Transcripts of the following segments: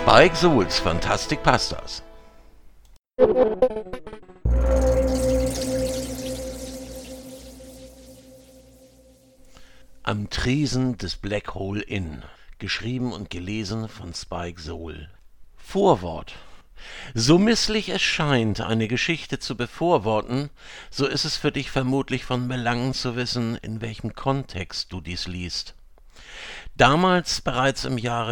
Spike Souls Fantastic Pastas. Am Tresen des Black Hole Inn. Geschrieben und gelesen von Spike Soul. Vorwort. So misslich es scheint, eine Geschichte zu bevorworten, so ist es für dich vermutlich von Belang zu wissen, in welchem Kontext du dies liest. Damals, bereits im Jahre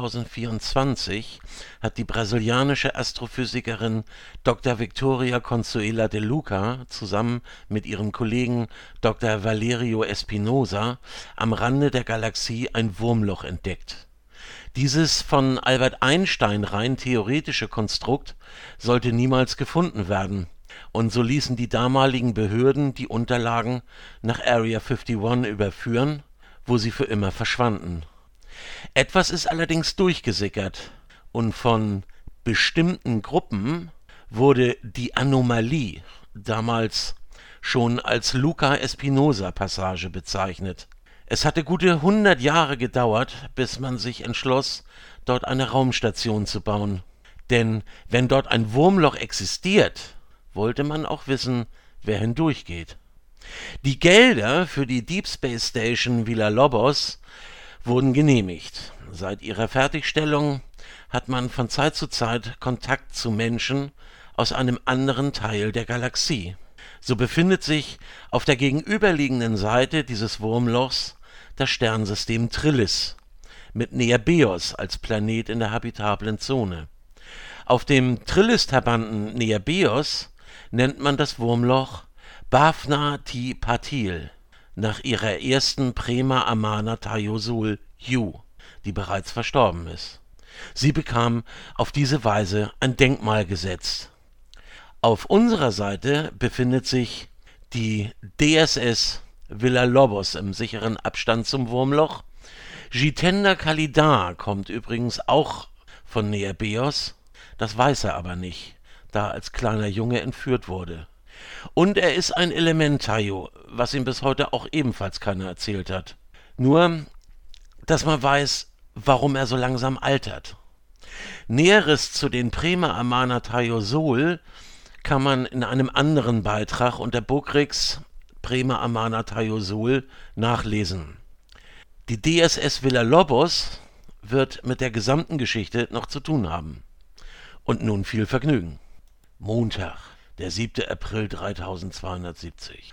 2024, hat die brasilianische Astrophysikerin Dr. Victoria Consuela de Luca zusammen mit ihrem Kollegen Dr. Valerio Espinosa am Rande der Galaxie ein Wurmloch entdeckt. Dieses von Albert Einstein rein theoretische Konstrukt sollte niemals gefunden werden, und so ließen die damaligen Behörden die Unterlagen nach Area 51 überführen, wo sie für immer verschwanden. Etwas ist allerdings durchgesickert, und von bestimmten Gruppen wurde die Anomalie damals schon als Luca-Espinosa-Passage bezeichnet. Es hatte gute 100 Jahre gedauert, bis man sich entschloss, dort eine Raumstation zu bauen. Denn wenn dort ein Wurmloch existiert, wollte man auch wissen, wer hindurchgeht. Die Gelder für die Deep Space Station Villa-Lobos wurden genehmigt. Seit ihrer Fertigstellung hat man von Zeit zu Zeit Kontakt zu Menschen aus einem anderen Teil der Galaxie. So befindet sich auf der gegenüberliegenden Seite dieses Wurmlochs das Sternsystem Trillis mit Neabeos als Planet in der habitablen Zone. Auf dem Trillis-Trabanten Neabeos nennt man das Wurmloch Bafna Ti Patil, nach ihrer ersten Prima Amana Tayosul Yu, die bereits verstorben ist. Sie bekam auf diese Weise ein Denkmal gesetzt. Auf unserer Seite befindet sich die DSS Villa-Lobos im sicheren Abstand zum Wurmloch. Jitender Kalidar kommt übrigens auch von Neabeos, das weiß er aber nicht, da er als kleiner Junge entführt wurde. Und er ist ein Elementario, was ihm bis heute auch ebenfalls keiner erzählt hat. Nur, dass man weiß, warum er so langsam altert. Näheres zu den Prima Amana Tayosul kann man in einem anderen Beitrag unter Bokrix Prima Amana Tayosul nachlesen. Die DSS Villa-Lobos wird mit der gesamten Geschichte noch zu tun haben. Und nun viel Vergnügen. Montag, der 7. April 3270.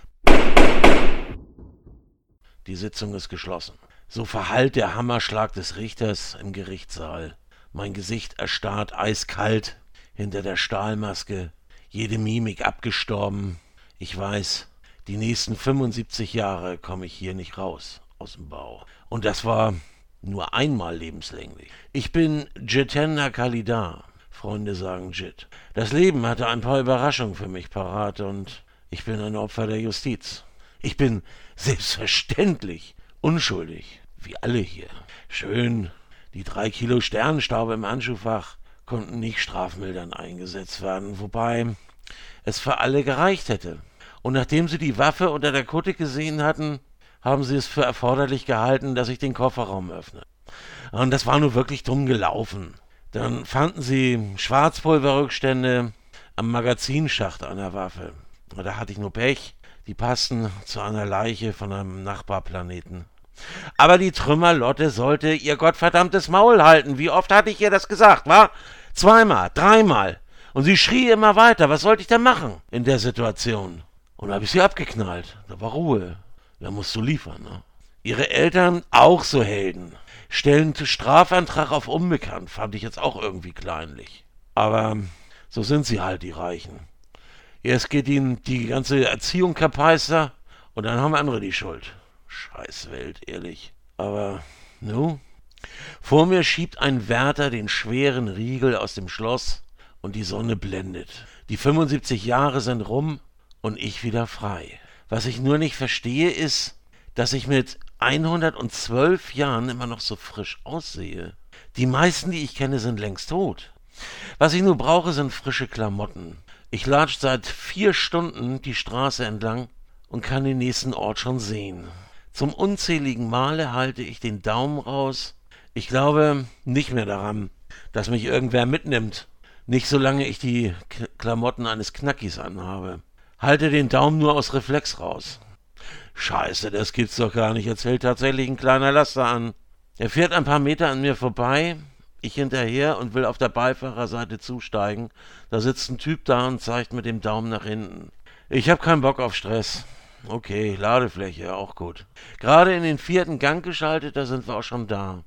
Die Sitzung ist geschlossen. So verhallt der Hammerschlag des Richters im Gerichtssaal. Mein Gesicht erstarrt eiskalt hinter der Stahlmaske, jede Mimik abgestorben. Ich weiß, die nächsten 75 Jahre komme ich hier nicht raus aus dem Bau. Und das war nur einmal lebenslänglich. Ich bin Jitender Kalidar. Freunde sagen Jit. Das Leben hatte ein paar Überraschungen für mich parat und ich bin ein Opfer der Justiz. Ich bin selbstverständlich unschuldig, wie alle hier. Schön, die 3 Kilo Sternenstaub im Handschuhfach konnten nicht strafmildernd eingesetzt werden, wobei es für alle gereicht hätte. Und nachdem sie die Waffe unter der Kutte gesehen hatten, haben sie es für erforderlich gehalten, dass ich den Kofferraum öffne. Und das war nur wirklich dumm gelaufen. Dann fanden sie Schwarzpulverrückstände am Magazinschacht einer Waffe. Da hatte ich nur Pech, die passten zu einer Leiche von einem Nachbarplaneten. Aber die Trümmerlotte sollte ihr gottverdammtes Maul halten. Wie oft hatte ich ihr das gesagt, wa? 2-mal, 3-mal. Und sie schrie immer weiter. Was sollte ich denn machen in der Situation? Und da habe ich sie abgeknallt. Da war Ruhe. Da musst du liefern, ne? Ihre Eltern auch so Helden. Stellen Strafantrag auf Unbekannt, fand ich jetzt auch irgendwie kleinlich. Aber so sind sie halt, die Reichen. Erst geht ihnen die ganze Erziehung kapeister und dann haben andere die Schuld. Scheiß Welt, ehrlich. Aber, nu? Vor mir schiebt ein Wärter den schweren Riegel aus dem Schloss und die Sonne blendet. Die 75 Jahre sind rum und ich wieder frei. Was ich nur nicht verstehe, ist, dass ich mit 112 Jahren immer noch so frisch aussehe. Die meisten, die ich kenne, sind längst tot. Was ich nur brauche, sind frische Klamotten. Ich latsche seit 4 Stunden die Straße entlang und kann den nächsten Ort schon sehen. Zum unzähligen Male halte ich den Daumen raus. Ich glaube nicht mehr daran, dass mich irgendwer mitnimmt. Nicht solange ich die Klamotten eines Knackis anhabe. Halte den Daumen nur aus Reflex raus. Scheiße, das gibt's doch gar nicht. Jetzt hält tatsächlich ein kleiner Laster an. Er fährt ein paar Meter an mir vorbei, ich hinterher und will auf der Beifahrerseite zusteigen. Da sitzt ein Typ da und zeigt mit dem Daumen nach hinten. Ich hab keinen Bock auf Stress. Okay, Ladefläche, auch gut. Gerade in den 4. Gang geschaltet, da sind wir auch schon da.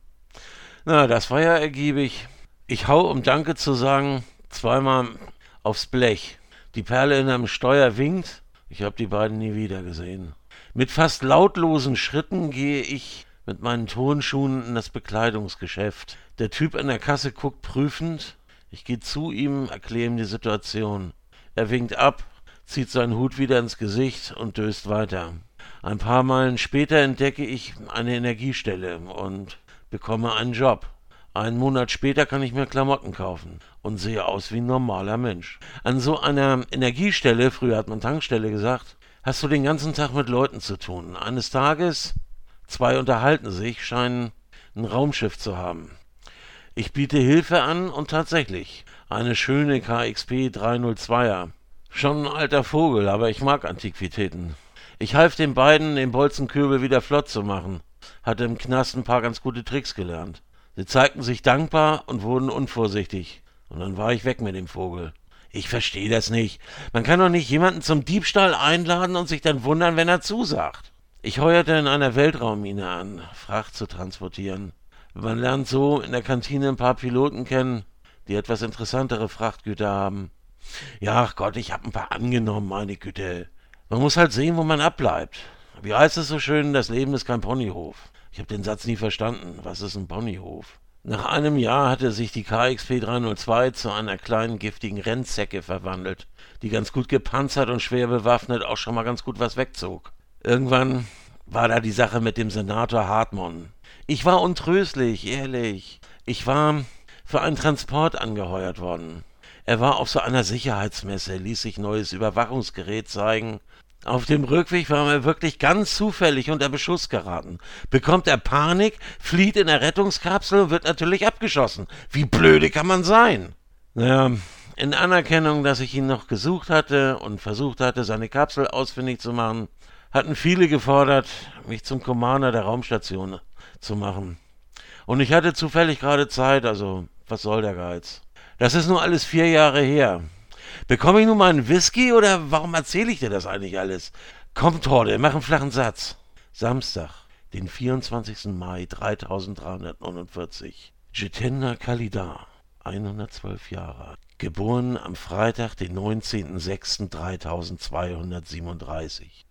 Na, das war ja ergiebig. Ich hau, um Danke zu sagen, zweimal aufs Blech. Die Perle in einem Steuer winkt. Ich hab die beiden nie wieder gesehen. Mit fast lautlosen Schritten gehe ich mit meinen Turnschuhen in das Bekleidungsgeschäft. Der Typ an der Kasse guckt prüfend. Ich gehe zu ihm, erkläre ihm die Situation. Er winkt ab, zieht seinen Hut wieder ins Gesicht und döst weiter. Ein paar Meilen später entdecke ich eine Energiestelle und bekomme einen Job. Einen Monat später kann ich mir Klamotten kaufen und sehe aus wie ein normaler Mensch. An so einer Energiestelle, früher hat man Tankstelle gesagt, hast du den ganzen Tag mit Leuten zu tun. Eines Tages, 2 unterhalten sich, scheinen ein Raumschiff zu haben. Ich biete Hilfe an und tatsächlich, eine schöne KXP 302er. Schon ein alter Vogel, aber ich mag Antiquitäten. Ich half den beiden, den Bolzenkübel wieder flott zu machen. Hatte im Knast ein paar ganz gute Tricks gelernt. Sie zeigten sich dankbar und wurden unvorsichtig. Und dann war ich weg mit dem Vogel. Ich verstehe das nicht. Man kann doch nicht jemanden zum Diebstahl einladen und sich dann wundern, wenn er zusagt. Ich heuerte in einer Weltraummine an, Fracht zu transportieren. Man lernt so in der Kantine ein paar Piloten kennen, die etwas interessantere Frachtgüter haben. Ja, ach Gott, ich hab ein paar angenommen, meine Güte. Man muss halt sehen, wo man abbleibt. Wie heißt es so schön, das Leben ist kein Ponyhof. Ich habe den Satz nie verstanden. Was ist ein Ponyhof? Nach einem Jahr hatte sich die KXP 302 zu einer kleinen giftigen Rennzecke verwandelt, die ganz gut gepanzert und schwer bewaffnet auch schon mal ganz gut was wegzog. Irgendwann war da die Sache mit dem Senator Hartmann. Ich war untröstlich, ehrlich. Ich war für einen Transport angeheuert worden. Er war auf so einer Sicherheitsmesse, ließ sich neues Überwachungsgerät zeigen. Auf dem Rückweg war er wirklich ganz zufällig unter Beschuss geraten. Bekommt er Panik, flieht in der Rettungskapsel und wird natürlich abgeschossen. Wie blöde kann man sein? Naja, in Anerkennung, dass ich ihn noch gesucht hatte und versucht hatte, seine Kapsel ausfindig zu machen, hatten viele gefordert, mich zum Commander der Raumstation zu machen. Und ich hatte zufällig gerade Zeit, also was soll der Geiz? Das ist nur alles 4 Jahre her. Bekomme ich nun mal einen Whisky oder warum erzähle ich dir das eigentlich alles? Komm, Torde, mach einen flachen Satz. Samstag, den 24. Mai 3349. Jitendra Kalidar, 112 Jahre. Geboren am Freitag, den 19.06.3237.